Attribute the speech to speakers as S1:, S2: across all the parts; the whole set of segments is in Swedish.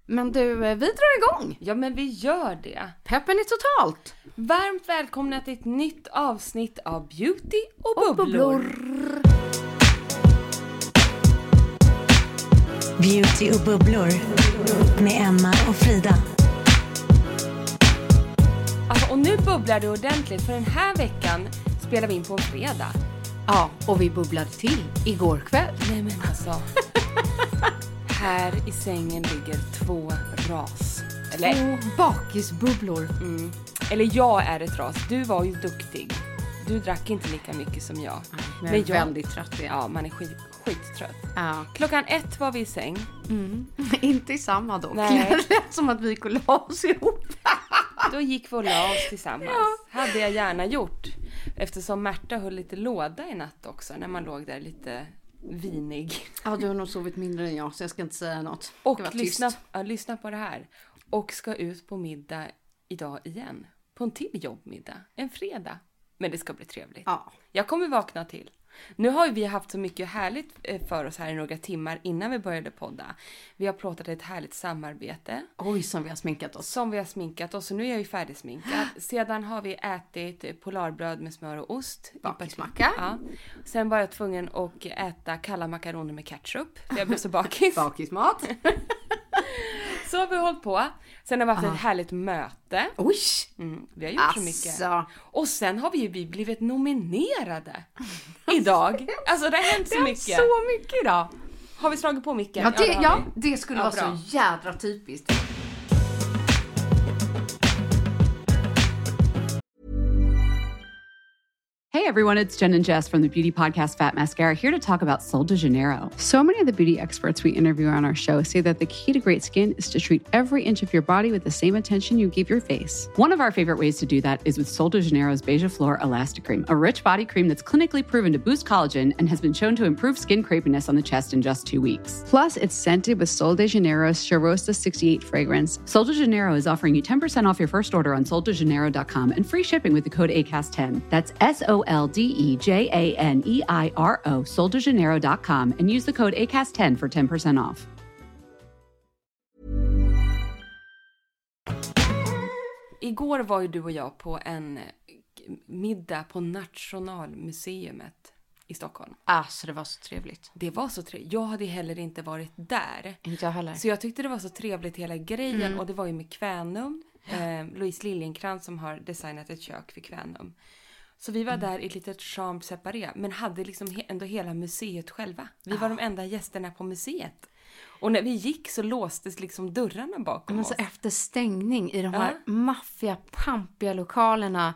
S1: Men du, vi drar igång.
S2: Ja, men vi gör det.
S1: Peppen är totalt.
S2: Varmt välkomna till ett nytt avsnitt av Beauty och bubblor.
S3: Beauty och bubblor med Emma och Frida.
S2: Alltså, och nu bubblar det ordentligt för den här veckan spelar vi in på en fredag.
S1: Ja, och vi bubblade till igår kväll.
S2: Nej men alltså. Här i sängen ligger 2 ras. Eller?
S1: 2 bakisbubblor.
S2: Eller jag är ett ras. Du var ju duktig. Du drack inte lika mycket som jag.
S1: Men jag är väldigt trött.
S2: Ja, man är skittrött.
S1: Ja.
S2: 1:00 var vi i säng.
S1: Inte i samma dock.
S2: Nej.
S1: Det lät som att vi kunde la oss ihop.
S2: Då gick vi och la oss tillsammans. Ja. Hade jag gärna gjort. Eftersom Märta höll lite låda i natt också. När man låg där lite vinig.
S1: Ja, du har nog sovit mindre än jag, så jag ska inte säga något.
S2: Och lyssna på det här. Och ska ut på middag idag igen. På en till jobbmiddag. En fredag. Men det ska bli trevligt.
S1: Ja.
S2: Jag kommer vakna till. Nu har ju vi haft så mycket härligt för oss här i några timmar innan vi började podda. Vi har pratat ett härligt samarbete.
S1: Oj, som vi har sminkat oss.
S2: Och nu är jag ju färdigsminkad. Sedan har vi ätit polarbröd med smör och ost.
S1: Bakismacka.
S2: Ja. Sen var jag tvungen att äta kalla makaroner med ketchup. Jag blev så bakis.
S1: Bakismat.
S2: Så har vi hållit på. Sen har vi haft ett härligt möte.
S1: Oj!
S2: Vi har gjort så mycket. Och sen har vi ju blivit nominerade idag. Alltså det har hänt så mycket.
S1: Det är så mycket idag.
S2: Har vi slagit på micken?
S1: Det skulle vara
S2: bra.
S1: så jädra typiskt.
S4: Hey everyone, it's Jen and Jess from the beauty podcast Fat Mascara, here to talk about Sol de Janeiro. So many of the beauty experts we interview on our show say that the key to great skin is to treat every inch of your body with the same attention you give your face. One of our favorite ways to do that is with Sol de Janeiro's Beija Flor Elastic Cream, a rich body cream that's clinically proven to boost collagen and has been shown to improve skin crepiness on the chest in just 2 weeks. Plus, it's scented with Sol de Janeiro's Charosta 68 fragrance. Sol de Janeiro is offering you 10% off your first order on soldejaneiro.com and free shipping with the code ACAST10. That's SOLDEJANEIRO, soldejaneiro.com, and use the code ACAST10 for 10% off.
S2: Igår var ju du och jag på en middag på Nationalmuseumet i Stockholm.
S1: Alltså det var så trevligt.
S2: Det var så trevligt. Jag hade heller inte varit där.
S1: Inte jag heller.
S2: Så jag tyckte det var så trevligt hela grejen. Och det var ju med Kvänum. Louise Liljenkrantz som har designat ett kök för Kvänum. Så vi var där i ett litet chambre separé. Men hade liksom ändå hela museet själva. Vi var de enda gästerna på museet. Och när vi gick så låstes liksom dörrarna bakom oss.
S1: Efter stängning i de här maffiga, pampiga lokalerna.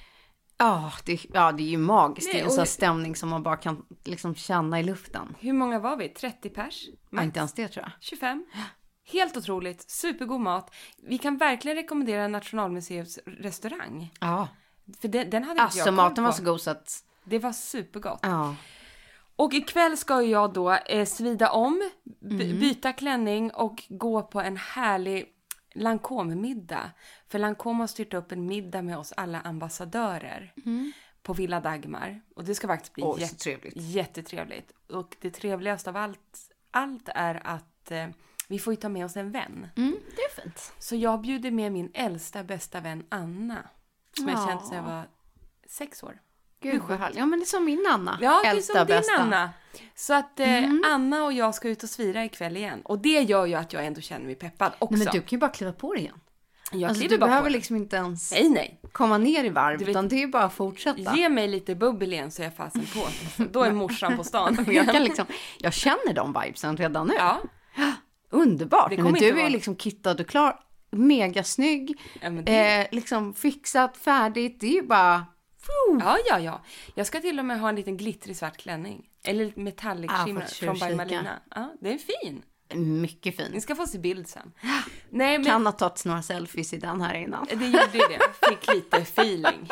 S1: Det är ju magiskt. Det är en sån stämning som man bara kan liksom känna i luften.
S2: Hur många var vi? 30 pers?
S1: Inte ens det tror jag.
S2: 25. Helt otroligt. Supergod mat. Vi kan verkligen rekommendera Nationalmuseets restaurang.
S1: Ja.
S2: För den hade inte jag koll
S1: maten
S2: på.
S1: var så god så att...
S2: Det var supergott.
S1: Ja.
S2: Och ikväll ska jag då svida om, byta klänning och gå på en härlig Lancôme-middag. För Lancôme har styrt upp en middag med oss alla ambassadörer på Villa Dagmar. Och det ska faktiskt bli jättetrevligt. Och det trevligaste av allt är att vi får ju ta med oss en vän.
S1: Det är fint.
S2: Så jag bjuder med min äldsta bästa vän Anna. Som jag känt sedan jag var 6 år.
S1: Gud vad härligt. Ja men det är som min Anna.
S2: Ja, det är
S1: äldsta,
S2: som din
S1: bästa.
S2: Anna. Så att Anna och jag ska ut och svira ikväll igen. Och det gör ju att jag ändå känner mig peppad också.
S1: Nej, men du kan ju bara kliva på det igen.
S2: Du
S1: behöver liksom inte ens komma ner i varv. Utan det är ju bara att fortsätta.
S2: Ge mig lite bubbel igen så jag fasen på. Då är morsan på stan.
S1: jag känner de vibesen redan nu.
S2: Ja.
S1: Underbart. Men du är liksom kittad och klar. Megasnygg. Ja, liksom fixat, färdigt. Det är ju bara...
S2: Ja. Jag ska till och med ha en liten glittrig svart klänning. Eller metallic shimmer från By Malina. Ja, det är fin.
S1: Mycket fin.
S2: Ni ska få se bild sen.
S1: Kan ha tagit några selfies i den här innan.
S2: Det gjorde ju det. Fick lite feeling.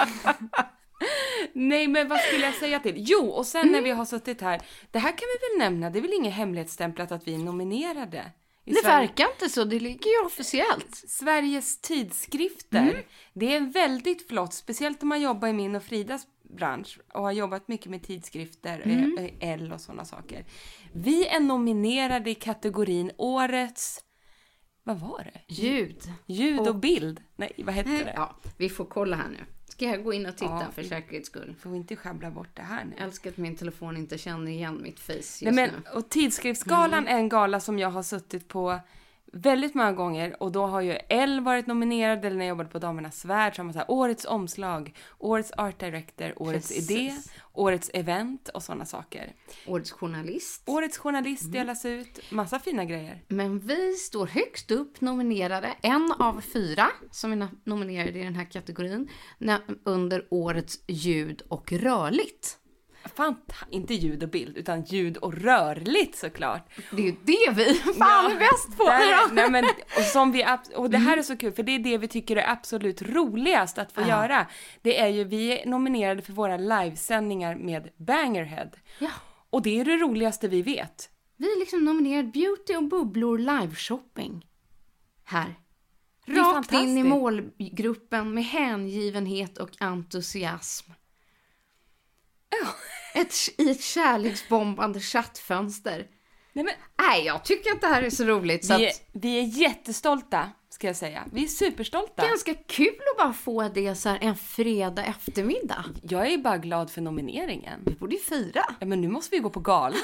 S2: Nej, men vad skulle jag säga till? Jo, och sen när vi har suttit här. Det här kan vi väl nämna. Det är väl inget hemlighetsstämplat att vi är nominerade.
S1: Det verkar inte så, det ligger ju officiellt.
S2: Sveriges tidskrifter. Det är väldigt flott, speciellt om man jobbar i min och Fridas bransch och har jobbat mycket med tidskrifter, L och sådana saker. Vi är nominerade i kategorin Årets Vad var det?
S1: Ljud
S2: och bild. Nej, vad hette det?
S1: Ja, vi får kolla här nu. Ska jag gå in och titta för säkerhets skull?
S2: Får vi inte schabbla bort det här nu?
S1: Jag älskar att min telefon inte känner igen mitt face just
S2: Nej, men,
S1: nu.
S2: och Tidskriftsgalan är en gala som jag har suttit på väldigt många gånger. Och då har ju Elle varit nominerad, eller när jag jobbade på Damernas Svärd, så har man så här, årets omslag, årets art director, årets idé, årets event och sådana saker.
S1: Årets journalist.
S2: Årets journalist delas ut, massa fina grejer.
S1: Men vi står högst upp nominerade, 1 av 4 som är nominerade i den här kategorin, under årets ljud och rörligt.
S2: Inte ljud och bild, utan ljud och rörligt såklart.
S1: Det är ju det vi är bäst på.
S2: Nej, men, och det här är så kul, för det är det vi tycker är absolut roligast att få göra. Det är ju, vi är nominerade för våra livesändningar med Bangerhead. Ja. Och det är det roligaste vi vet.
S1: Vi är liksom nominerade Beauty och bubblor live-shopping. Här. Rakt in i målgruppen med hängivenhet och entusiasm. I ett kärleksbombande chattfönster. Nej, jag tycker att det här är så roligt. Så
S2: vi är jättestolta, ska jag säga. Vi är superstolta.
S1: Ganska kul att bara få det så här en fredag eftermiddag.
S2: Jag är bara glad för nomineringen.
S1: Vi borde ju fira.
S2: Ja, men nu måste vi gå på gala.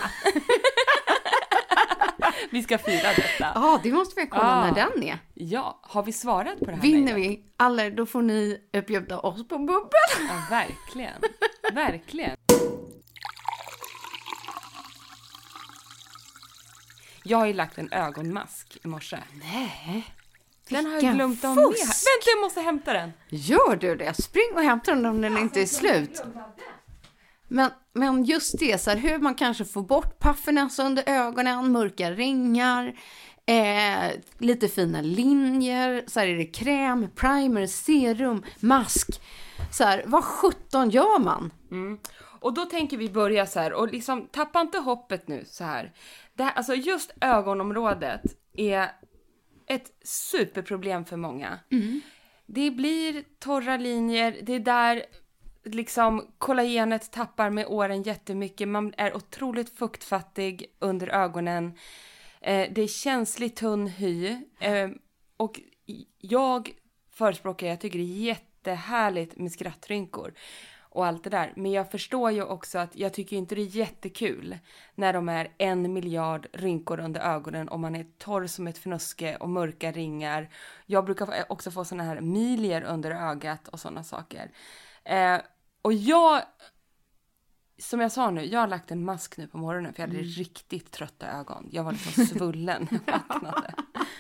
S2: Vi ska fira detta.
S1: Ja, det måste vi kolla när den är.
S2: Ja, har vi svarat på det här?
S1: Vinner vi alla, då får ni bjuda oss på bubbel.
S2: Ja, verkligen. Verkligen. Jag har ju lagt en ögonmask i morse.
S1: Nej.
S2: Den har jag glömt av med. Vänta, jag måste hämta den.
S1: Gör du det? Spring och hämta den om den inte är slut. Men just det, så här, hur man kanske får bort puffiness under ögonen, mörka ringar, lite fina linjer, så här är det kräm, primer, serum, mask. Så här, vad 17 gör man?
S2: Och då tänker vi börja så här, och liksom tappa inte hoppet nu så här. Det här, alltså just ögonområdet är ett superproblem för många. Det blir torra linjer, det är där liksom kollagenet tappar med åren jättemycket. Man är otroligt fuktfattig under ögonen. Det är känsligt tunn hy. Och jag förespråkar, jag tycker det är jättehärligt med skrattrynkor och allt det där. Men jag förstår ju också att jag tycker inte det är jättekul när de är 1 miljard rynkor under ögonen och man är torr som ett fnuske och mörka ringar. Jag brukar också få såna här milier under ögat och såna saker. Och jag, som jag sa nu, jag har lagt en mask nu på morgonen för jag hade riktigt trötta ögon. Jag var liksom svullen när jag vaknade.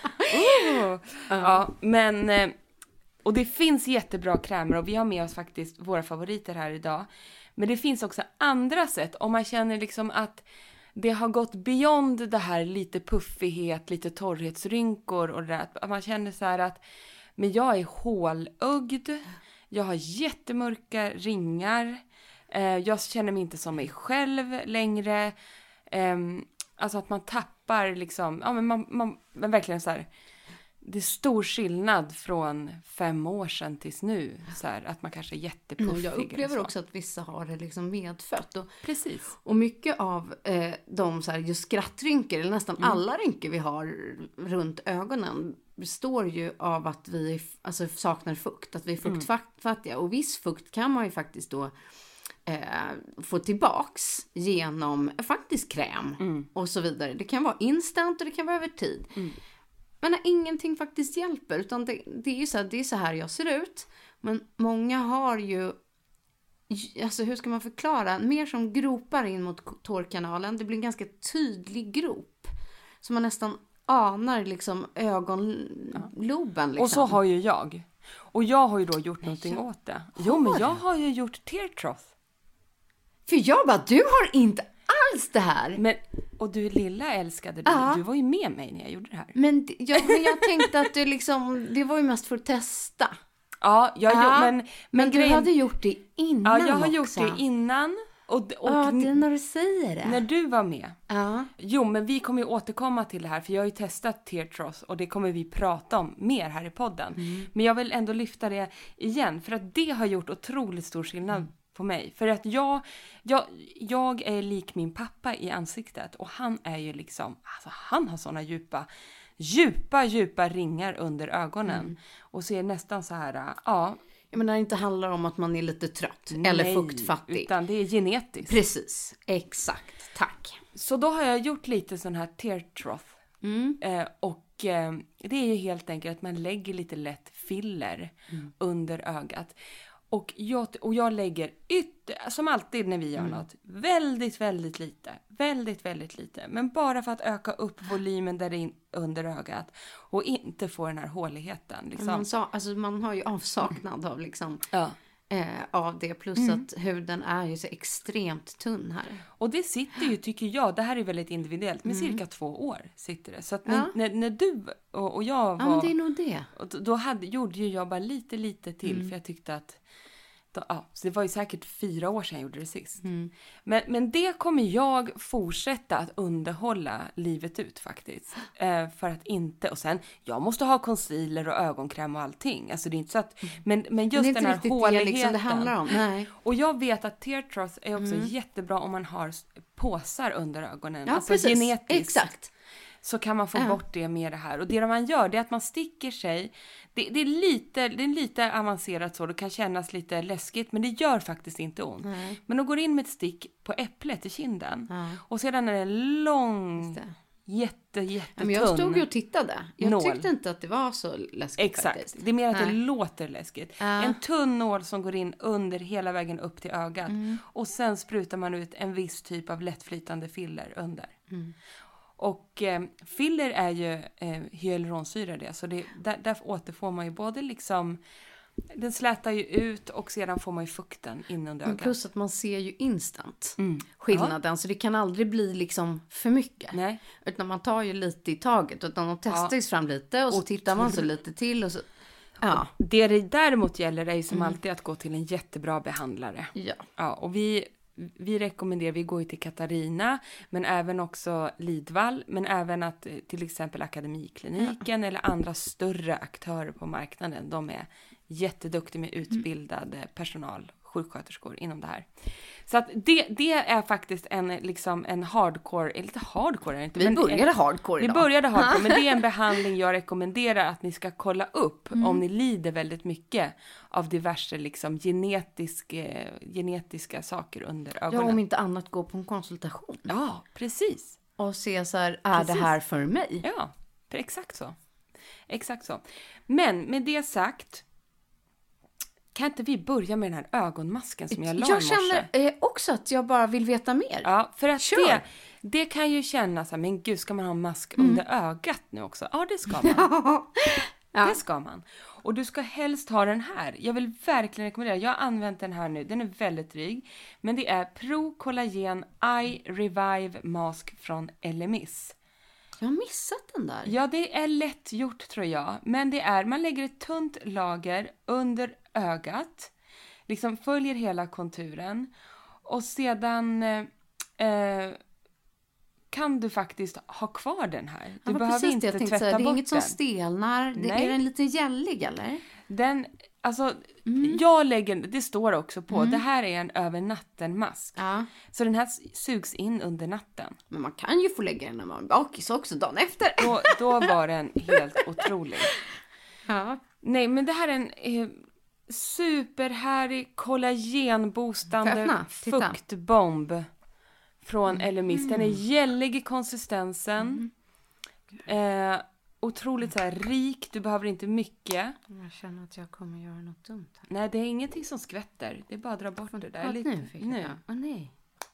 S2: Ja, men, och det finns jättebra krämer och vi har med oss faktiskt våra favoriter här idag. Men det finns också andra sätt om man känner liksom att det har gått beyond det här lite puffighet, lite torrhetsrynkor och det där. Att man känner så här att, men jag är hålögd. Jag har jättemörka ringar. Jag känner mig inte som mig själv längre. Alltså att man tappar liksom... Ja, men man verkligen så här... Det är stor skillnad från 5 år sedan tills nu. Så här, att man kanske är jättepuffig.
S1: Jag upplever också att vissa har det liksom medfött.
S2: Precis.
S1: Och mycket av de så här, just skrattrynkor, eller nästan alla rynkor vi har runt ögonen, består ju av att vi saknar fukt. Att vi är fuktfattiga. Och viss fukt kan man ju faktiskt då få tillbaks genom faktiskt kräm och så vidare. Det kan vara instant och det kan vara över tid. Men när ingenting faktiskt hjälper, utan det är ju så här, det är så här jag ser ut. Men många har ju, alltså hur ska man förklara, mer som gropar in mot tårkanalen. Det blir en ganska tydlig grop. Så man nästan anar liksom ögonloben. Liksom.
S2: Och så har ju jag. Och jag har ju då gjort någonting åt det. Jo, men jag har ju gjort tear trough.
S1: För jag bara, du har inte alls det här.
S2: Men, och du lilla älskade du var ju med mig när jag gjorde det här.
S1: Men jag tänkte att du liksom, det var ju mest för att testa.
S2: Ja, men
S1: du hade gjort det innan.
S2: Ja, jag har
S1: också
S2: gjort det innan. Och
S1: det är när du säger det.
S2: När du var med. Jo, men vi kommer ju återkomma till det här. För jag har ju testat tear trough. Och det kommer vi prata om mer här i podden. Men jag vill ändå lyfta det igen. För att det har gjort otroligt stor skillnad på mig. För att jag är lik min pappa i ansiktet. Och han är ju liksom, alltså han har såna djupa djupa ringar under ögonen. Och ser nästan så här,
S1: Jag menar, det inte handlar om att man är lite trött eller fuktfattig.
S2: Utan det är genetiskt.
S1: Precis, exakt, tack.
S2: Så då har jag gjort lite sån här tear trough. Det är ju helt enkelt att man lägger lite lätt filler under ögat. Och jag lägger som alltid när vi gör något, väldigt, väldigt lite. Väldigt, väldigt lite. Men bara för att öka upp volymen där in under ögat. Och inte få den här håligheten. Liksom.
S1: Man har ju avsaknad av liksom...
S2: Ja.
S1: Av det, plus att huden är ju så extremt tunn här.
S2: Och det sitter ju, tycker jag, det här är väldigt individuellt, med cirka 2 år sitter det. Så att när du och jag var...
S1: Ja, men det är nog det.
S2: Då gjorde ju jag bara lite till, för jag tyckte att... så det var ju säkert 4 år sedan jag gjorde det sist. Men det kommer jag fortsätta att underhålla livet ut faktiskt. För att inte... Och sen, jag måste ha concealer och ögonkräm och allting. Alltså det är inte så att... Men just den här håligheten. Det liksom det handlar om. Nej. Och jag vet att tear trough är också jättebra om man har påsar under ögonen.
S1: Ja,
S2: alltså
S1: precis.
S2: Genetiskt.
S1: Exakt.
S2: Så kan man få bort det med det här. Och det man gör, det är att man sticker sig. Det är lite avancerat så. Det kan kännas lite läskigt. Men det gör faktiskt inte ont. Nej. Men då går in med ett stick på äpplet i kinden. Ja. Och sedan är det en lång, jättetunn.
S1: Men jag stod ju och tittade. Jag tyckte inte att det var så läskigt.
S2: Exakt. Faktiskt. Det är mer att det låter läskigt. En tunn nål som går in under hela vägen upp till ögat. Och sen sprutar man ut en viss typ av lättflytande filler under. Och filler är ju hyaluronsyra det. Så där återfår man ju både liksom... Den slätar ju ut och sedan får man ju fukten in under ögat.
S1: Plus att man ser ju instant skillnaden. Så det kan aldrig bli liksom för mycket.
S2: Nej.
S1: Utan man tar ju lite i taget. Utan man testar fram lite och så tittar man så lite till. Och så,
S2: det däremot gäller är ju som alltid att gå till en jättebra behandlare. Ja, och vi rekommenderar, vi går ju till Katarina, men även också Lidvall, men även att till exempel Akademikliniken eller andra större aktörer på marknaden, de är jätteduktiga med utbildad personal, sjuksköterskor inom det här. Så att det är faktiskt en hardcore, lite hardcore är det inte.
S1: Vi började hardcore idag.
S2: Vi började hardcore, men det är en behandling jag rekommenderar att ni ska kolla upp om ni lider väldigt mycket av diverse liksom genetiska saker under ögonen.
S1: Ja, om inte annat gå på en konsultation.
S2: Ja, precis.
S1: Och se så här, är det här för mig?
S2: Ja, exakt så. Exakt så. Men med det sagt, kan inte vi börja med den här ögonmasken som jag la i morse?
S1: Jag känner också att jag bara vill veta mer.
S2: Ja, för att det kan ju kännas, men gud, ska man ha en mask under ögat nu också? Ja, det ska man. Det ska man. Och du ska helst ha den här. Jag vill verkligen rekommendera. Jag har använt den här nu. Den är väldigt dryg. Men det är Pro Collagen Eye Revive Mask från Elemis.
S1: Jag har missat den där.
S2: Ja, det är lätt gjort tror jag. Men det är, man lägger ett tunt lager under ögat. Liksom följer hela konturen. Och sedan kan du faktiskt ha kvar den här. Du behöver inte tvätta bort den.
S1: Det är inget som stelnar. Är den lite gällig eller?
S2: Den, alltså, jag lägger, det står också på, det här är en över natten-mask.
S1: Ja.
S2: Så den här sugs in under natten.
S1: Men man kan ju få lägga den när man är bakis också dagen efter.
S2: Då var den helt otrolig.
S1: Ja.
S2: Nej, men det här är en superhärlig kollagenboostande fuktbomb från Elemis. Den är gällig i konsistensen. Otroligt så här rik. Du behöver inte mycket.
S1: Jag känner att jag kommer göra något dumt här.
S2: Nej, det är ingenting som skvätter. Det är bara att dra bort det där.
S1: Nu. Nej.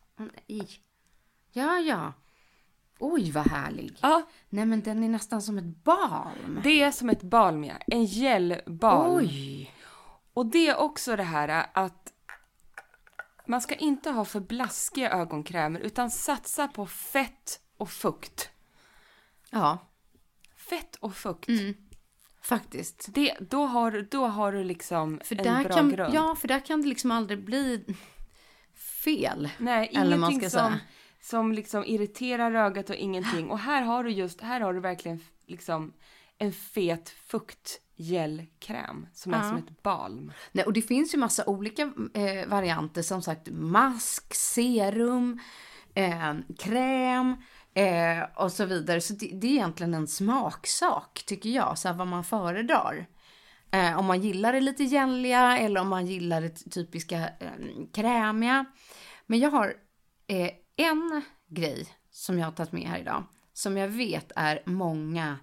S1: Ja. Oj, vad härlig.
S2: Ja.
S1: Nej, men den är nästan som ett balm.
S2: Det är som ett balm, ja. En gelbalm.
S1: Oj.
S2: Och det är också det här att man ska inte ha för blaskiga ögonkrämer utan satsa på fett och fukt.
S1: Ja.
S2: Fett och fukt.
S1: Faktiskt.
S2: Då har du liksom
S1: för
S2: en bra grund.
S1: Ja, för där kan det liksom aldrig bli fel.
S2: Nej, ingenting som liksom irriterar ögat och ingenting. Och här har du verkligen liksom en fet fuktgelkräm som är som ett balm.
S1: Nej, och det finns ju massa olika varianter, som sagt mask, serum, kräm. Och så vidare. Så det är egentligen en smaksak tycker jag. Så här, vad man föredrar. Om man gillar det lite gälliga eller om man gillar det typiska krämiga. Men jag har en grej som jag har tagit med här idag. Som jag vet är många,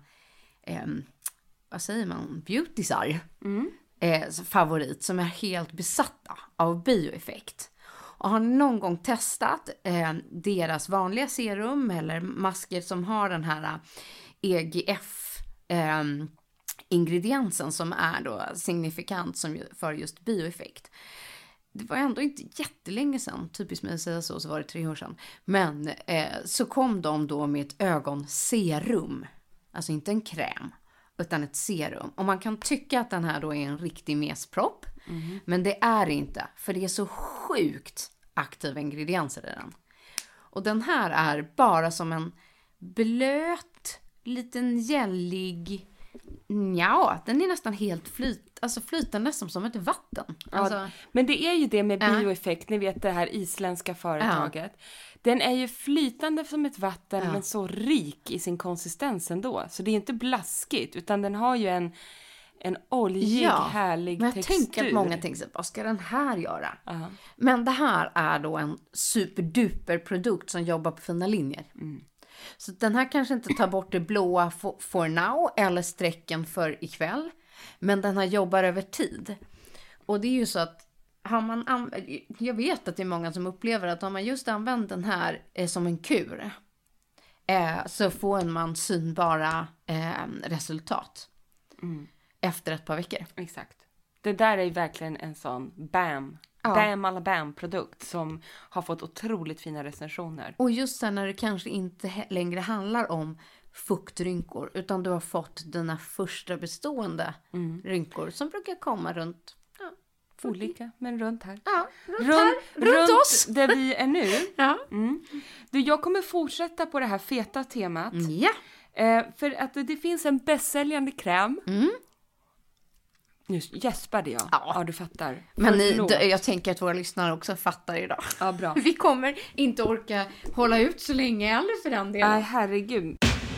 S1: vad säger man, beautysar favorit. Som är helt besatta av bioeffekt. Och har någon gång testat deras vanliga serum eller masker som har den här EGF ingrediensen som är då signifikant för just bioeffekt. Det var ändå inte jättelänge sedan, typiskt med att säga så var det 3 år sedan. Men så kom de då med ett ögonserum. Alltså inte en kräm, utan ett serum. Och man kan tycka att den här då är en riktig mespropp. Men det är inte, för det är så sjukt aktiva ingredienser i den. Och den här är bara som en blöt, liten gällig... Ja, den är nästan helt flytande, nästan som ett vatten. Alltså,
S2: ja, men det är ju det med bioeffekt, ni vet det här isländska företaget. Den är ju flytande som ett vatten men så rik i sin konsistens ändå. Så det är inte blaskigt utan den har ju en oljig, härlig textur.
S1: Men jag tänker att många tänker sig, vad ska den här göra? Men det här är då en superduper produkt som jobbar på fina linjer. Så den här kanske inte tar bort det blåa for now eller strecken för ikväll. Men den här jobbar över tid. Och det är ju så att jag vet att det är många som upplever att om man just använder den här som en kur så får man synbara resultat efter ett par veckor.
S2: Exakt. Det där är ju verkligen en sån bam alla bam-produkt som har fått otroligt fina recensioner.
S1: Och just sen när det kanske inte längre handlar om fuktrynkor utan du har fått dina första bestående rynkor som brukar komma runt
S2: olika, men runt här.
S1: Ja, runt oss.
S2: Där vi är nu.
S1: Ja.
S2: Du, jag kommer fortsätta på det här feta temat.
S1: Ja.
S2: För att det finns en bästsäljande kräm. Nu gäspade jag. Ja, du fattar.
S1: Men jag tänker att våra lyssnare också fattar idag.
S2: Ja, bra.
S1: Vi kommer inte orka hålla ut så länge eller för den delen.
S2: Nej, herregud.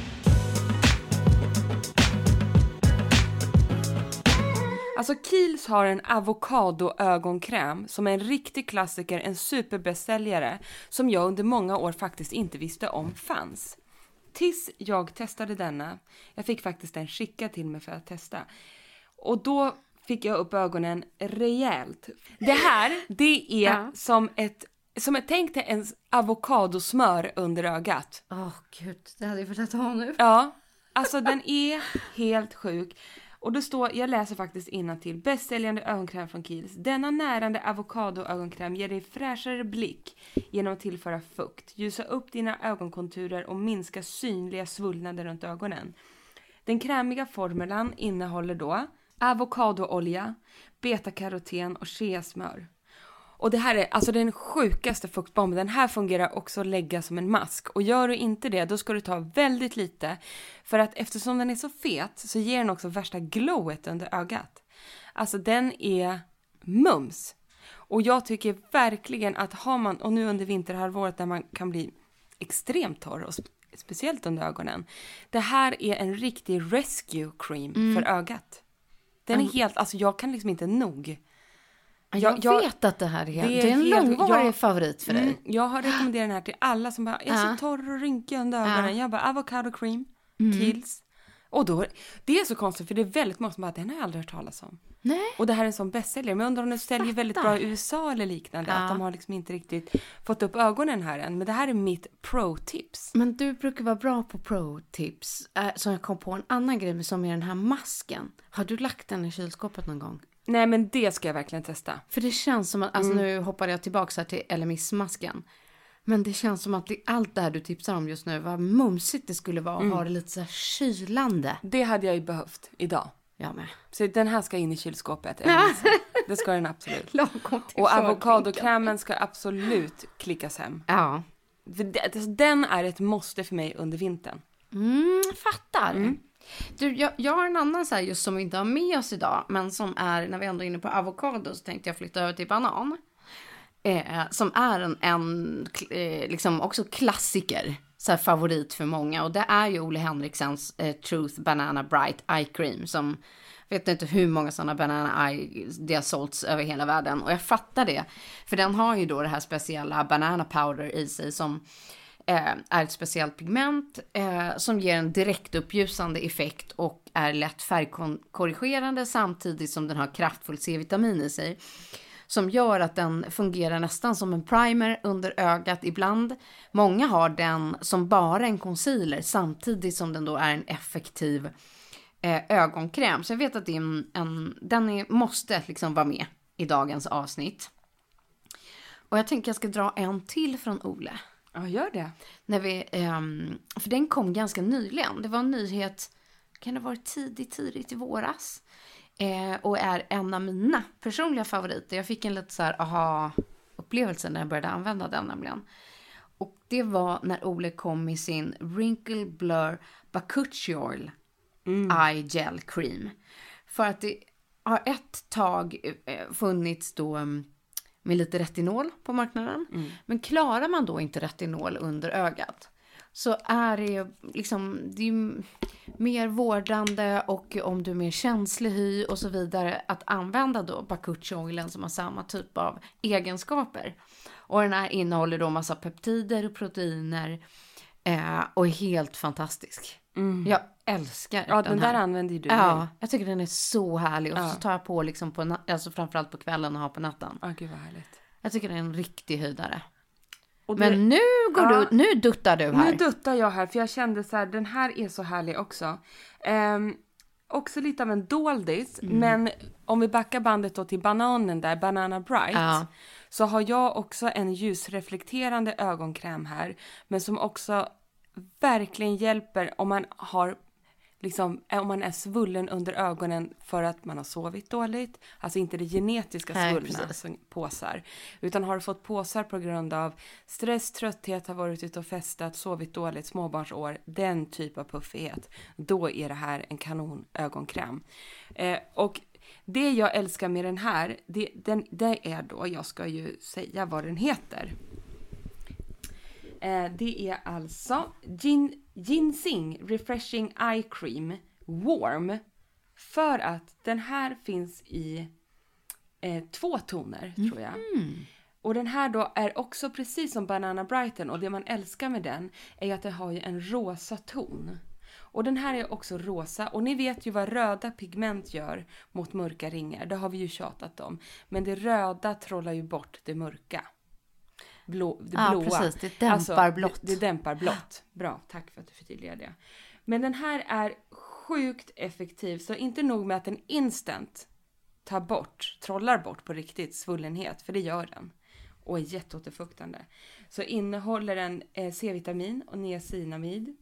S2: Alltså Kiehl's har en avokado-ögonkräm som är en riktig klassiker, en superbästsäljare som jag under många år faktiskt inte visste om fanns. Tills jag testade denna. Jag fick faktiskt den skickad till mig för att testa. Och då fick jag upp ögonen rejält. Det här, det är som ett tänk dig en avokadosmör under ögat.
S1: Gud, det hade jag velat ha nu.
S2: Ja, alltså den är helt sjuk. Och då står, jag läser faktiskt innantill, bästsäljande ögonkräm från Kiehl's. Denna närande avokado-ögonkräm ger dig fräschare blick genom att tillföra fukt, ljusa upp dina ögonkonturer och minska synliga svullnader runt ögonen. Den krämiga formulan innehåller då avokadoolja, betakaroten och cheasmör. Och det här är alltså den sjukaste fuktbomben. Den här fungerar också att lägga som en mask. Och gör du inte det, då ska du ta väldigt lite. För att eftersom den är så fet så ger den också värsta glowet under ögat. Alltså den är mums. Och jag tycker verkligen att har man, och nu under vinterhalvåret där man kan bli extremt torr och speciellt under ögonen. Det här är en riktig rescue cream för ögat. Den är helt, alltså jag kan liksom inte nog.
S1: Jag vet att det här är en långvarig favorit för dig.
S2: Jag har rekommenderat den här till alla som bara, jag är så torr och rynkig under ögonen. Jag bara, avocado cream, Kiehl's. Och då, det är så konstigt för det är väldigt många som bara, den har jag aldrig hört talas om.
S1: Nej.
S2: Och det här är en sån bästsäljare. Men undrar om den säljer väldigt bra i USA eller liknande. Att de har liksom inte riktigt fått upp ögonen här än. Men det här är mitt pro-tips.
S1: Men du brukar vara bra på pro-tips. Så jag kom på en annan grej som är den här masken. Har du lagt den i kylskåpet någon gång?
S2: Nej, men det ska jag verkligen testa.
S1: För det känns som att, alltså nu hoppar jag tillbaka här till LMS-masken. Men det känns som att allt det här du tipsar om just nu, vad mumsigt det skulle vara och ha det lite så här kylande.
S2: Det hade jag ju behövt idag.
S1: Jag med.
S2: Så den här ska in i kylskåpet. Det ska den absolut. Och avokadokrämen ska absolut klickas hem.
S1: Ja.
S2: För den är ett måste för mig under vintern.
S1: Fattar. Du, jag har en annan så här just som vi inte har med oss idag. Men som är, när vi ändå är inne på avokado så tänkte jag flytta över till banan. Som är en liksom också klassiker. så här favorit för många. Och det är ju Ole Henriksens Truth Banana Bright Eye Cream. Som, jag vet inte hur många sådana Banana Eye det har sålts över hela världen. Och jag fattar det. För den har ju då det här speciella banana powder i sig som är ett speciellt pigment som ger en direkt uppljusande effekt och är lätt färgkorrigerande samtidigt som den har kraftfull C-vitamin i sig. Som gör att den fungerar nästan som en primer under ögat ibland. Många har den som bara en concealer samtidigt som den då är en effektiv ögonkräm. Så jag vet att det är den måste liksom vara med i dagens avsnitt. Och jag tänker jag ska dra en till från Ole.
S2: Ja, gör det.
S1: För den kom ganska nyligen. Det var en nyhet, kan det ha varit tidigt i våras. Och är en av mina personliga favoriter. Jag fick en lite så här aha-upplevelse när jag började använda den nämligen. Och det var när Ole kom med sin Wrinkle Blur Bakuchiol Eye Gel Cream. För att det har ett tag funnits då med lite retinol på marknaden. Men klarar man då inte retinol under ögat så är det liksom det är mer vårdande och om du är mer känslig hy och så vidare att använda då Bakuchi-oilen som har samma typ av egenskaper. Och den här innehåller då massa peptider och proteiner och är helt fantastisk. Jag älskar
S2: den där använder du.
S1: Ja, jag tycker den är så härlig och så tar jag på liksom alltså framförallt på kvällen och har på natten.
S2: Gud vad härligt.
S1: Jag tycker det är en riktig höjdare.
S2: Och
S1: men nu duttar du här.
S2: Nu duttar jag här för jag kände så här, den här är så härlig också. Också lite av en doldis, men om vi backar bandet då till bananen där, Banana Bright, så har jag också en ljusreflekterande ögonkräm här, men som också verkligen hjälper om man har liksom, om man är svullen under ögonen för att man har sovit dåligt. Alltså inte det genetiska svullna som påsar. Utan har fått påsar på grund av stress, trötthet, har varit ute och festat, sovit dåligt, småbarnsår. Den typ av puffighet. Då är det här en kanon ögonkräm. Och det jag älskar med den här, det är då, jag ska ju säga vad den heter. Det är alltså Ginseng Refreshing Eye Cream Warm. För att den här finns i 2 toner tror jag. Och den här då är också precis som Banana Brighten. Och det man älskar med den är att den har ju en rosa ton. Och den här är också rosa. Och ni vet ju vad röda pigment gör mot mörka ringar. Det har vi ju tjatat om. Men det röda trollar ju bort det mörka. Det blåa.
S1: Precis, det dämpar blått.
S2: Det dämpar blått. Bra, tack för att du förtydligar det. Men den här är sjukt effektiv. Så inte nog med att den instant trollar bort på riktigt svullenhet. För det gör den. Och är jätteåterfuktande. Så innehåller den C-vitamin och niacinamid.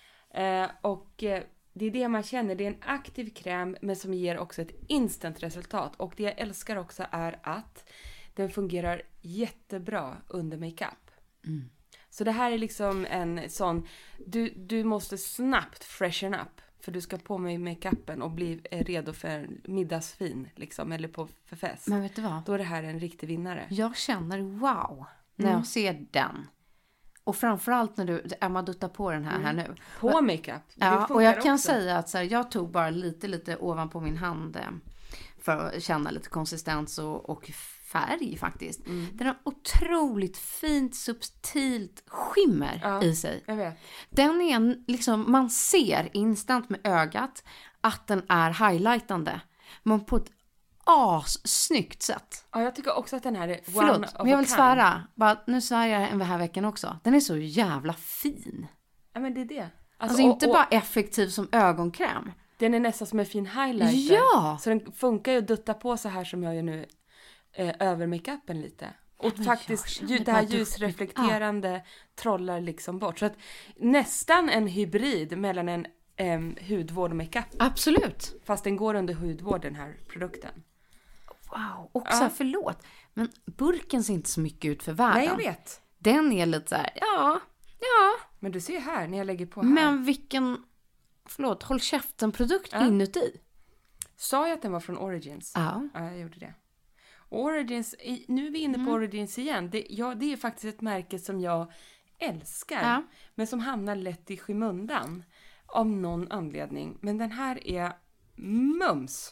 S2: Och det är det man känner. Det är en aktiv kräm men som ger också ett instant resultat. Och det jag älskar också är att den fungerar jättebra under makeup. Så det här är liksom en sån... Du måste snabbt freshen up. För du ska på med makeupen och bli redo för middagsfin. Liksom, eller för fest.
S1: Men vet du vad?
S2: Då är det här en riktig vinnare.
S1: Jag känner wow när jag ser den. Och framförallt när Emma duttar på den här nu.
S2: På makeup.
S1: Ja, och jag kan säga att så här, jag tog bara lite ovanpå min hand för att känna lite konsistens och färg faktiskt. Den har otroligt fint subtilt skimmer i sig.
S2: Jag vet.
S1: Den är liksom, man ser instant med ögat att den är highlightande. Men på ett snyggt sätt.
S2: Ja, jag tycker också att den här är
S1: Förlåt, men jag vill svära. Nu svär jag en här veckan också. Den är så jävla fin.
S2: Ja, men det är det.
S1: Alltså inte bara effektiv som ögonkräm.
S2: Den är nästan som en fin highlighter.
S1: Ja!
S2: Så den funkar ju att dutta på så här som jag gör nu över makeupen lite. Och faktiskt det här ljusreflekterande trollar liksom bort. Så att nästan en hybrid mellan en hudvård och makeup.
S1: Absolut.
S2: Fast den går under hudvård den här produkten.
S1: Wow, också förlåt. Men burken ser inte så mycket ut för världen.
S2: Nej, jag vet.
S1: Den är lite så här, ja.
S2: Men du ser här när jag lägger på här.
S1: Men vilken, håll käften-produkt inuti.
S2: Sa jag att den var från Origins?
S1: Ja.
S2: Ja, jag gjorde det. Origins, nu är vi inne på Origins igen. Det är faktiskt ett märke som jag älskar. Men som hamnar lätt i skymundan. Av någon anledning. Men den här är mums.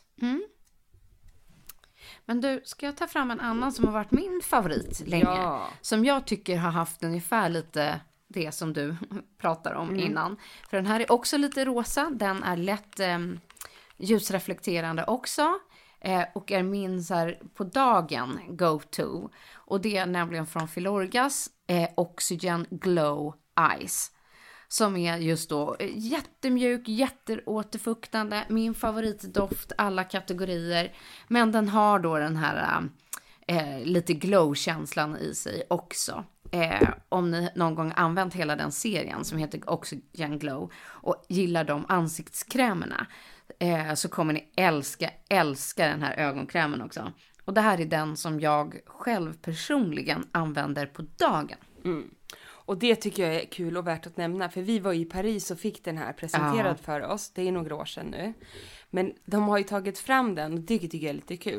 S1: Men du, ska jag ta fram en annan som har varit min favorit länge?
S2: Ja.
S1: Som jag tycker har haft ungefär lite det som du pratar om innan. För den här är också lite rosa. Den är lätt ljusreflekterande också. Och är min så här, på dagen go-to. Och det är nämligen från Filorgas Oxygen Glow Eyes. Som är just då jättemjuk, jätteåterfuktande. Min favoritdoft, alla kategorier. Men den har då den här lite glow-känslan i sig också. Om ni någon gång använt hela den serien som heter Oxygen Glow och gillar de ansiktskrämerna, så kommer ni älska den här ögonkrämen också. Och det här är den som jag själv personligen använder på dagen.
S2: Och det tycker jag är kul och värt att nämna. För vi var i Paris och fick den här presenterad för oss. Det är några år sedan nu. Men de har ju tagit fram den och det tycker jag är lite kul.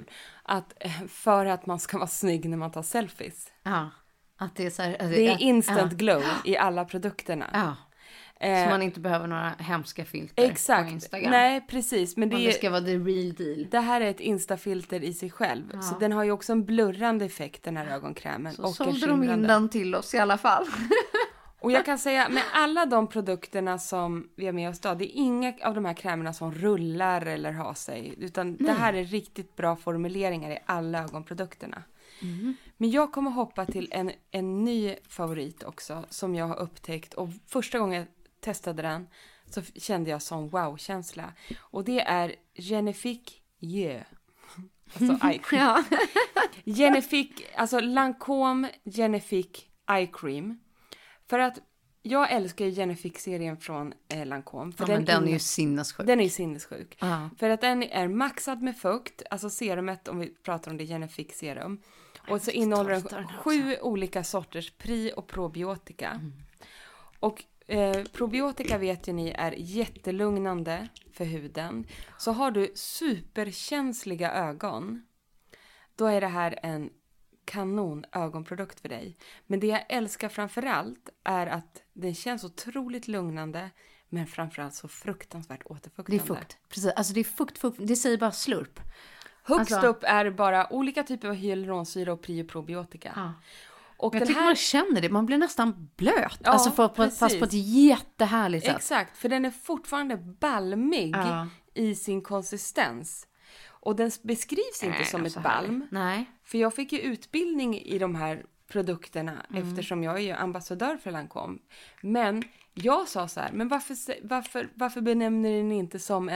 S2: För att man ska vara snygg när man tar selfies.
S1: Ja, att det är så här,
S2: det är instant glow i alla produkterna.
S1: Ja. Så man inte behöver några hemska filter på Instagram.
S2: Nej, precis. Men
S1: det ska vara the real deal.
S2: Det här är ett instafilter i sig själv. Ja. Så den har ju också en blurrande effekt, den här ögonkrämen.
S1: Så sålde de in den till oss i alla fall.
S2: Och jag kan säga, med alla de produkterna som vi har med oss då, det är inga av de här krämerna som rullar eller har sig. Utan det här är riktigt bra formuleringar i alla ögonprodukterna. Men jag kommer hoppa till en ny favorit också som jag har upptäckt. Och första gången jag testade den så kände jag sån wow-känsla. Och det är Genifique Yeux. Alltså eye cream. Genifique, alltså Lancôme Genifique Eye Cream. För att jag älskar ju Genifique-serien från Lancôme. För
S1: den är ju sinnessjuk.
S2: Den är sinnessjuk. För att den är maxad med fukt. Alltså serumet, om vi pratar om det, Genifique serum. Och så innehåller den 7 olika sorters pri- och probiotika. Och probiotika vet ju ni är jättelugnande för huden. Så har du superkänsliga ögon, då är det här en kanon ögonprodukt för dig. Men det jag älskar framförallt är att den känns otroligt lugnande, men framförallt så fruktansvärt återfuktande.
S1: Det är fukt, precis. Alltså det är fukt. Det säger bara slurp.
S2: Högst upp är bara olika typer av hyaluronsyra och probiotika.
S1: Ja.
S2: Och
S1: jag
S2: den
S1: tycker
S2: här...
S1: man känner det. Man blir nästan blöt.
S2: Ja,
S1: alltså fast på ett jättehärligt sätt.
S2: Exakt, för den är fortfarande balmig i sin konsistens. Och den beskrivs inte som ett balm. Nej. För jag fick ju utbildning i de här produkterna eftersom jag är ju ambassadör för Lancôme. Men jag sa så här, men varför benämner den inte som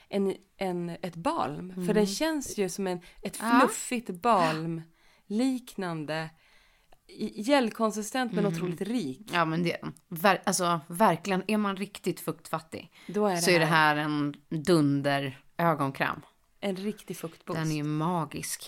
S2: ett balm? För den känns ju som ett fluffigt balm liknande, gelkonsistent men otroligt rik.
S1: Ja, men det alltså verkligen, är man riktigt fuktfattig
S2: då är det
S1: så är det här en dunder ögonkräm.
S2: En riktig fuktboost.
S1: Den är ju magisk.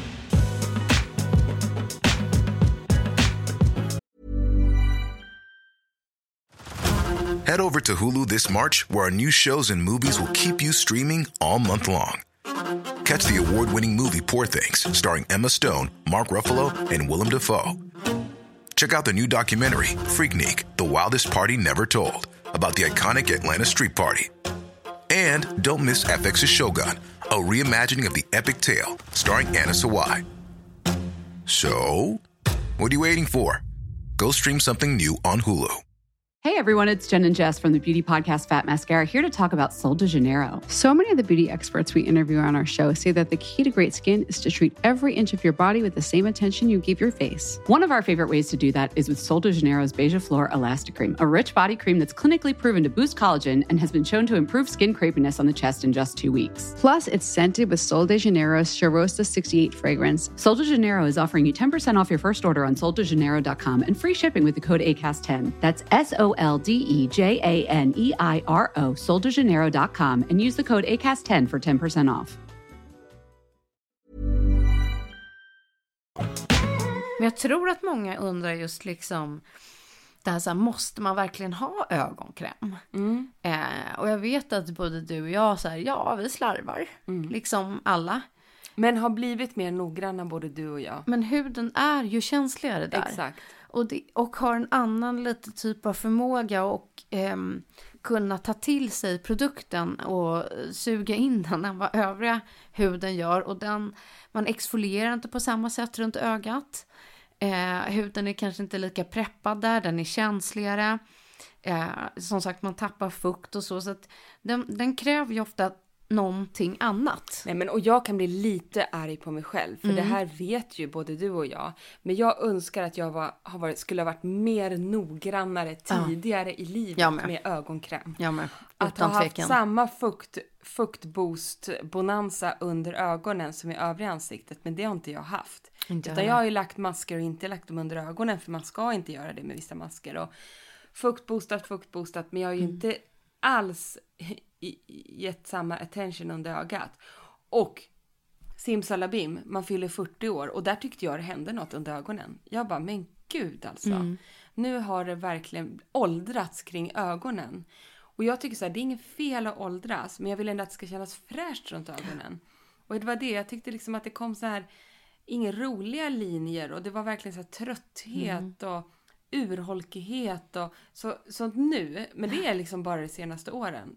S5: Head over to Hulu this March, where our new shows and movies will keep you streaming all month long. Catch the award-winning movie Poor Things, starring Emma Stone, Mark Ruffalo, and Willem Dafoe. Check out the new documentary, Freaknik, The Wildest Party Never Told, about the iconic Atlanta street party. And don't miss FX's Shogun, a reimagining of the epic tale, starring Anna Sawai. So, what are you waiting for? Go stream something new on Hulu.
S4: Hey everyone, it's Jen and Jess from the beauty podcast Fat Mascara here to talk about Sol de Janeiro. So many of the beauty experts we interview on our show say that the key to great skin is to treat every inch of your body with the same attention you give your face. One of our favorite ways to do that is with Sol de Janeiro's Beija Flor Elastic Cream, a rich body cream that's clinically proven to boost collagen and has been shown to improve skin crepiness on the chest in just 2 weeks. Plus, it's scented with Sol de Janeiro's Charosta 68 fragrance. Sol de Janeiro is offering you 10% off your first order on soldejaneiro.com and free shipping with the code ACAST10. That's SOLDEJANEIRO, soldejaneiro.com, and use the code ACAST10 for 10% off.
S1: Men jag tror att många undrar just liksom, det här så här, måste man verkligen ha ögonkräm? Och jag vet att både du och jag så här, ja, vi slarvar. Liksom alla.
S2: Men har blivit mer noggranna både du och jag.
S1: Men huden är ju känsligare där.
S2: Exakt.
S1: och har en annan lite typ av förmåga och kunna ta till sig produkten och suga in den än vad övriga huden gör. Och man exfolierar inte på samma sätt runt ögat. Huden är kanske inte lika preppad där, den är känsligare. Som sagt, man tappar fukt och så att den kräver ju ofta någonting annat.
S2: Nej, men och jag kan bli lite arg på mig själv, för det här vet ju både du och jag. Men jag önskar att jag skulle ha varit mer noggrannare tidigare i livet med ögonkräm. Att ha haft samma fuktboost-bonanza under ögonen som i övriga ansiktet, men det har inte jag haft. Utan jag har ju lagt masker och inte lagt dem under ögonen, för man ska inte göra det med vissa masker. Och fuktboostat, men jag har ju inte alls gett samma attention under ögat. Och simsalabim, man fyller 40 år och där tyckte jag det hände något under ögonen. Jag bara, men gud alltså. Nu har det verkligen åldrats kring ögonen. Och jag tycker så här, det är inget fel att åldras, men jag vill ändå att det ska kännas fräscht runt ögonen. Och det var det, jag tyckte liksom att det kom så här, inga roliga linjer, och det var verkligen så här trötthet och urholkighet och sånt nu. Men det är liksom bara de senaste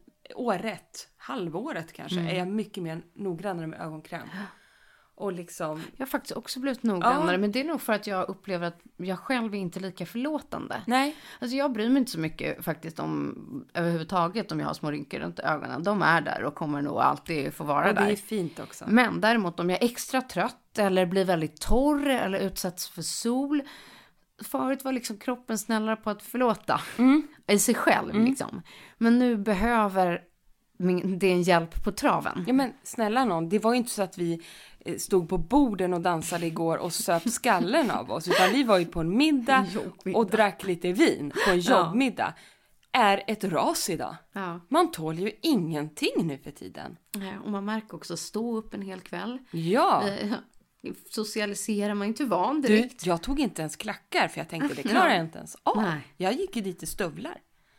S2: halvåret kanske, är jag mycket mer noggrannare med ögonkräm. Och liksom...
S1: Jag har faktiskt också blivit noggrannare, men det är nog för att jag upplever att jag själv är inte lika förlåtande.
S2: Nej.
S1: Alltså jag bryr mig inte så mycket faktiskt om överhuvudtaget om jag har små rynkor runt ögonen. De är där och kommer nog alltid få vara där.
S2: Och det är fint också.
S1: Men däremot om jag är extra trött eller blir väldigt torr eller utsätts för sol. Förut var liksom kroppen snällare på att förlåta i sig själv liksom. Men nu behöver det en hjälp på traven.
S2: Ja, men snälla någon, det var ju inte så att vi stod på borden och dansade igår och söp skallen av oss, utan vi var ju på en middag och drack lite vin på en jobbmiddag. Är ett ras idag. Ja. Man tål ju ingenting nu för tiden.
S1: Ja, och man märker också stå upp en hel kväll.
S2: Ja.
S1: Socialiserar man inte van direkt.
S2: Jag tog inte ens klackar, för jag tänkte det klarar jag inte ens av. Jag gick ju dit i stövlar.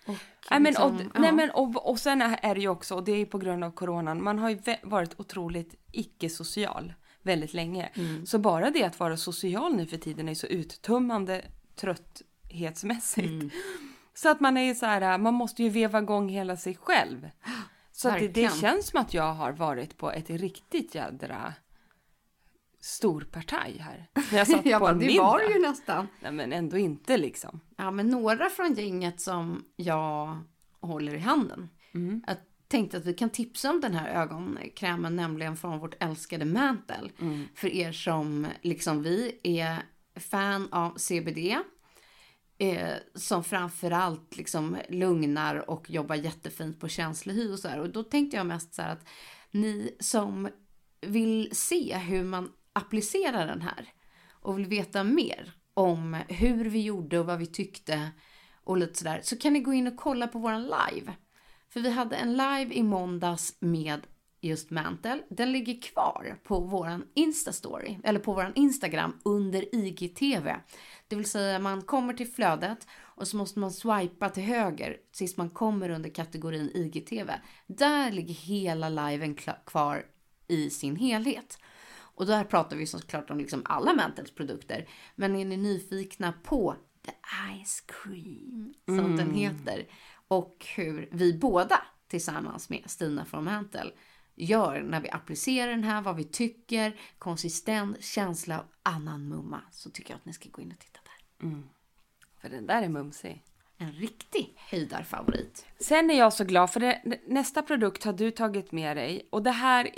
S2: Och sen är det ju också, och det är på grund av coronan, man har ju varit otroligt icke-social väldigt länge. Så bara det att vara social nu för tiden är så uttömmande trötthetsmässigt. Så att man är så här, man måste ju veva igång hela sig själv. Så att det känns som att jag har varit på ett riktigt jädra stor partaj här. När jag satt på en middag.
S1: Det var ju nästan.
S2: Nej, men ändå inte liksom.
S1: Ja, men några från gänget som jag håller i handen. Jag tänkte att vi kan tipsa om den här ögonkrämen, nämligen från vårt älskade Mantle. För er som liksom vi är fan av CBD. Som framförallt liksom lugnar och jobbar jättefint på känslig hy och så här. Och då tänkte jag mest så här att ni som vill se hur man applicerar den här och vill veta mer om hur vi gjorde och vad vi tyckte och lite sådär, så kan ni gå in och kolla på våran live. För vi hade en live i måndags med just Mantle. Den ligger kvar på våran Insta-story eller på våran Instagram under IGTV. Det vill säga man kommer till flödet och så måste man swipa till höger tills man kommer under kategorin IGTV. Där ligger hela liven kvar i sin helhet. Och där pratar vi såklart om liksom alla Mantles produkter. Men är ni nyfikna på The Ice Cream, som den heter, och hur vi båda tillsammans med Stina från Mantle gör när vi applicerar den här, vad vi tycker, konsistens, känsla och annan mumma, så tycker jag att ni ska gå in och titta där.
S2: För den där är mumsig.
S1: En riktig höjdarfavorit.
S2: Sen är jag så glad för nästa produkt har du tagit med dig, och det här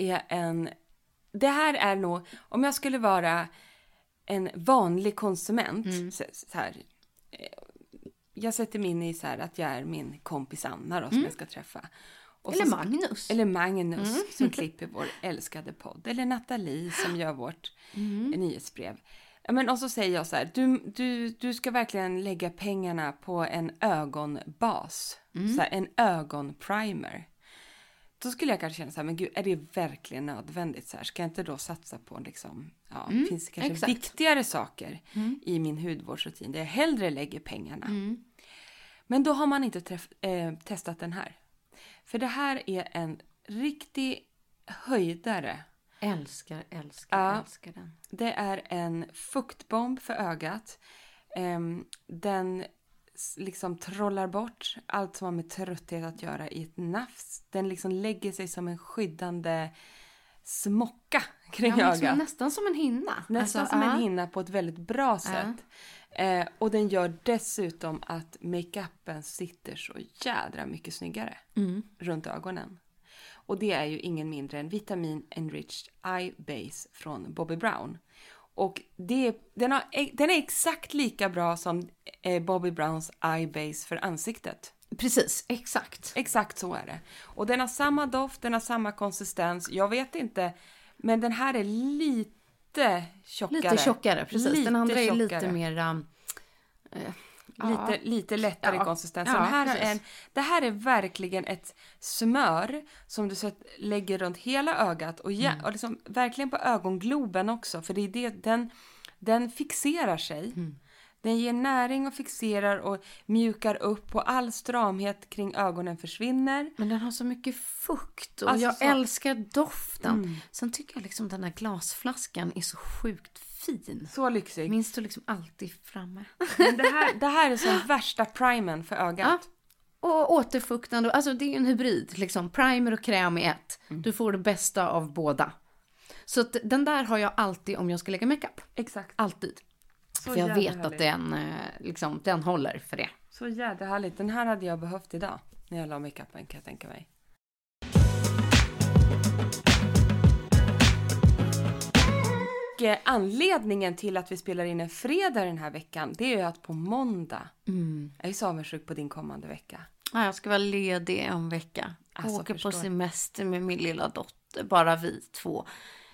S2: är nog, om jag skulle vara en vanlig konsument så här, jag sätter mig in i så här att jag är min kompis Anna då, som jag ska träffa. Och
S1: Eller
S2: Magnus som klipper vår älskade podd. Eller Nathalie som gör vårt nyhetsbrev. Men, och så säger jag så här, du ska verkligen lägga pengarna på en ögonbas. Så här, en ögonprimer. Då skulle jag kanske känna så här, men gud, är det verkligen nödvändigt så här? Ska jag inte då satsa på liksom, finns det kanske viktigare saker i min hudvårdsrutin där jag hellre lägger pengarna. Men då har man inte testat den här. För det här är en riktig höjdare.
S1: Älskar den.
S2: Det är en fuktbomb för ögat. Den liksom trollar bort allt som har med trötthet att göra i ett nafs. Den liksom lägger sig som en skyddande smocka kring ögat.
S1: Nästan som en hinna.
S2: Nästan som en hinna på ett väldigt bra sätt. Och den gör dessutom att makeupen sitter så jädra mycket snyggare runt ögonen. Och det är ju ingen mindre än Vitamin Enriched Eye Base från Bobbi Brown. Och den är exakt lika bra som Bobbi Browns Eye Base för ansiktet.
S1: Precis, exakt.
S2: Exakt så är det. Och den har samma doft, den har samma konsistens. Jag vet inte, men den här är lite tjockare.
S1: Lite tjockare, precis.
S2: Lite
S1: den andra är
S2: tjockare.
S1: lite mer...
S2: Lite lättare konsistens.
S1: Ja,
S2: det här är verkligen ett smör som du lägger runt hela ögat och liksom, verkligen på ögongloben också. För det är det, den fixerar sig. Den ger näring och fixerar och mjukar upp och all stramhet kring ögonen försvinner.
S1: Men den har så mycket fukt och jag älskar doften. Sen tycker jag liksom den här glasflaskan är så sjukt fin.
S2: Så lyxig.
S1: Minns du liksom alltid framme.
S2: Men det här är som värsta primern för ögat.
S1: Ja. Och återfuktande. Alltså det är en hybrid. Liksom. Primer och kräm i ett. Du får det bästa av båda. Så att den där har jag alltid om jag ska lägga makeup.
S2: Exakt.
S1: Alltid. För jag vet att den håller för det.
S2: Så jävla härligt. Den här hade jag behövt idag. När jag la makeupen kan jag tänka mig. Och anledningen till att vi spelar in en fredag den här veckan, det är ju att på måndag jag är så avundsjuk på din kommande vecka.
S1: Ja, jag ska vara ledig en vecka.
S2: Alltså,
S1: åker på semester med min lilla dotter. Bara vi två.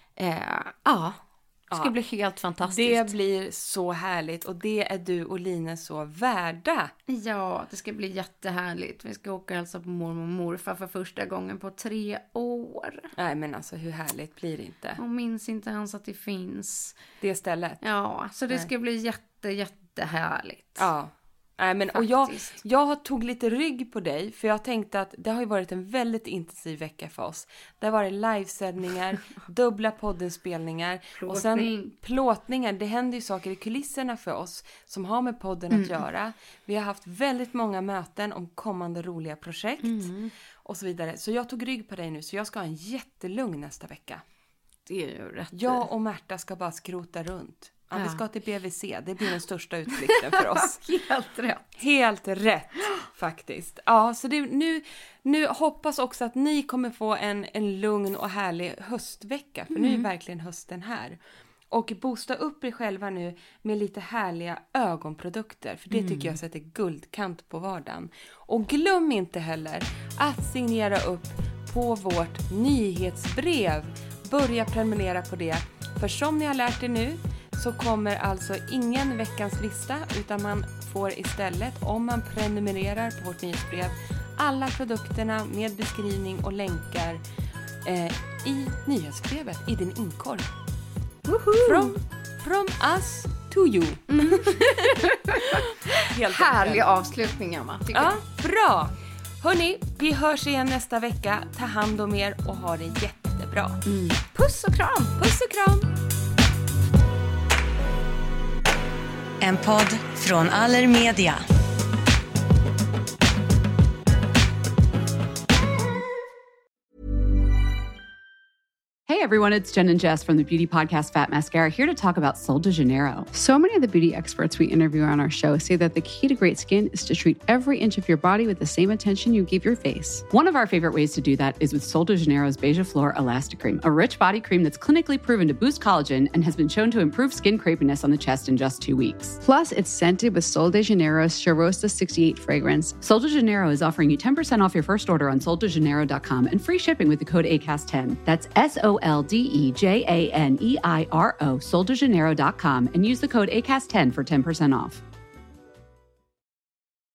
S1: Det ska bli helt fantastiskt.
S2: Det blir så härligt och det är du och Line så värda.
S1: Ja, det ska bli jättehärligt. Vi ska åka och hälsa på mormor och morfar för första gången på 3 år.
S2: Nej, men alltså hur härligt blir det inte?
S1: Och minns inte ens att det finns.
S2: Det stället.
S1: Ja, så det ska bli jättehärligt.
S2: Ja. Nej, men, och jag tog lite rygg på dig för jag tänkte att det har ju varit en väldigt intensiv vecka för oss. Det har varit livesändningar, dubbla poddenspelningar och sen plåtningar. Det händer ju saker i kulisserna för oss som har med podden att göra. Vi har haft väldigt många möten om kommande roliga projekt och så vidare. Så jag tog rygg på dig nu så jag ska ha en jättelugn nästa vecka.
S1: Det är ju rätt.
S2: Jag och Märta ska bara skrota runt. Ja, vi ska till BVC. Det blir den största utflykten för oss.
S1: Helt rätt.
S2: Helt rätt, faktiskt. Ja, så nu hoppas också att ni kommer få en lugn och härlig höstvecka. För nu är verkligen hösten här. Och boosta upp er själva nu med lite härliga ögonprodukter. För det tycker jag sätter guldkant på vardagen. Och glöm inte heller att signera upp på vårt nyhetsbrev. Börja prenumerera på det. För som ni har lärt er nu så kommer alltså ingen veckans lista utan man får istället, om man prenumererar på vårt nyhetsbrev, alla produkterna med beskrivning och länkar i nyhetsbrevet i din inkorg. From us to you.
S1: Härlig avslutning, Emma.
S2: Ja, bra. Hörni, vi hörs igen nästa vecka. Ta hand om er och ha det jättebra.
S1: Puss och kram.
S2: Puss och kram.
S3: En podd från Allermedia.
S4: Hey everyone, it's Jen and Jess from the beauty podcast Fat Mascara, here to talk about Sol de Janeiro. So many of the beauty experts we interview on our show say that the key to great skin is to treat every inch of your body with the same attention you give your face. One of our favorite ways to do that is with Sol de Janeiro's Beija Flor Elastic Cream, a rich body cream that's clinically proven to boost collagen and has been shown to improve skin crepiness on the chest in just 2 weeks. Plus, it's scented with Sol de Janeiro's Charosta 68 fragrance. Sol de Janeiro is offering you 10% off your first order on soldejaneiro.com and free shipping with the code ACAST10. That's SOLDEJANEIRO, soldejaneiro.com, and use the code ACAST10 for 10% off.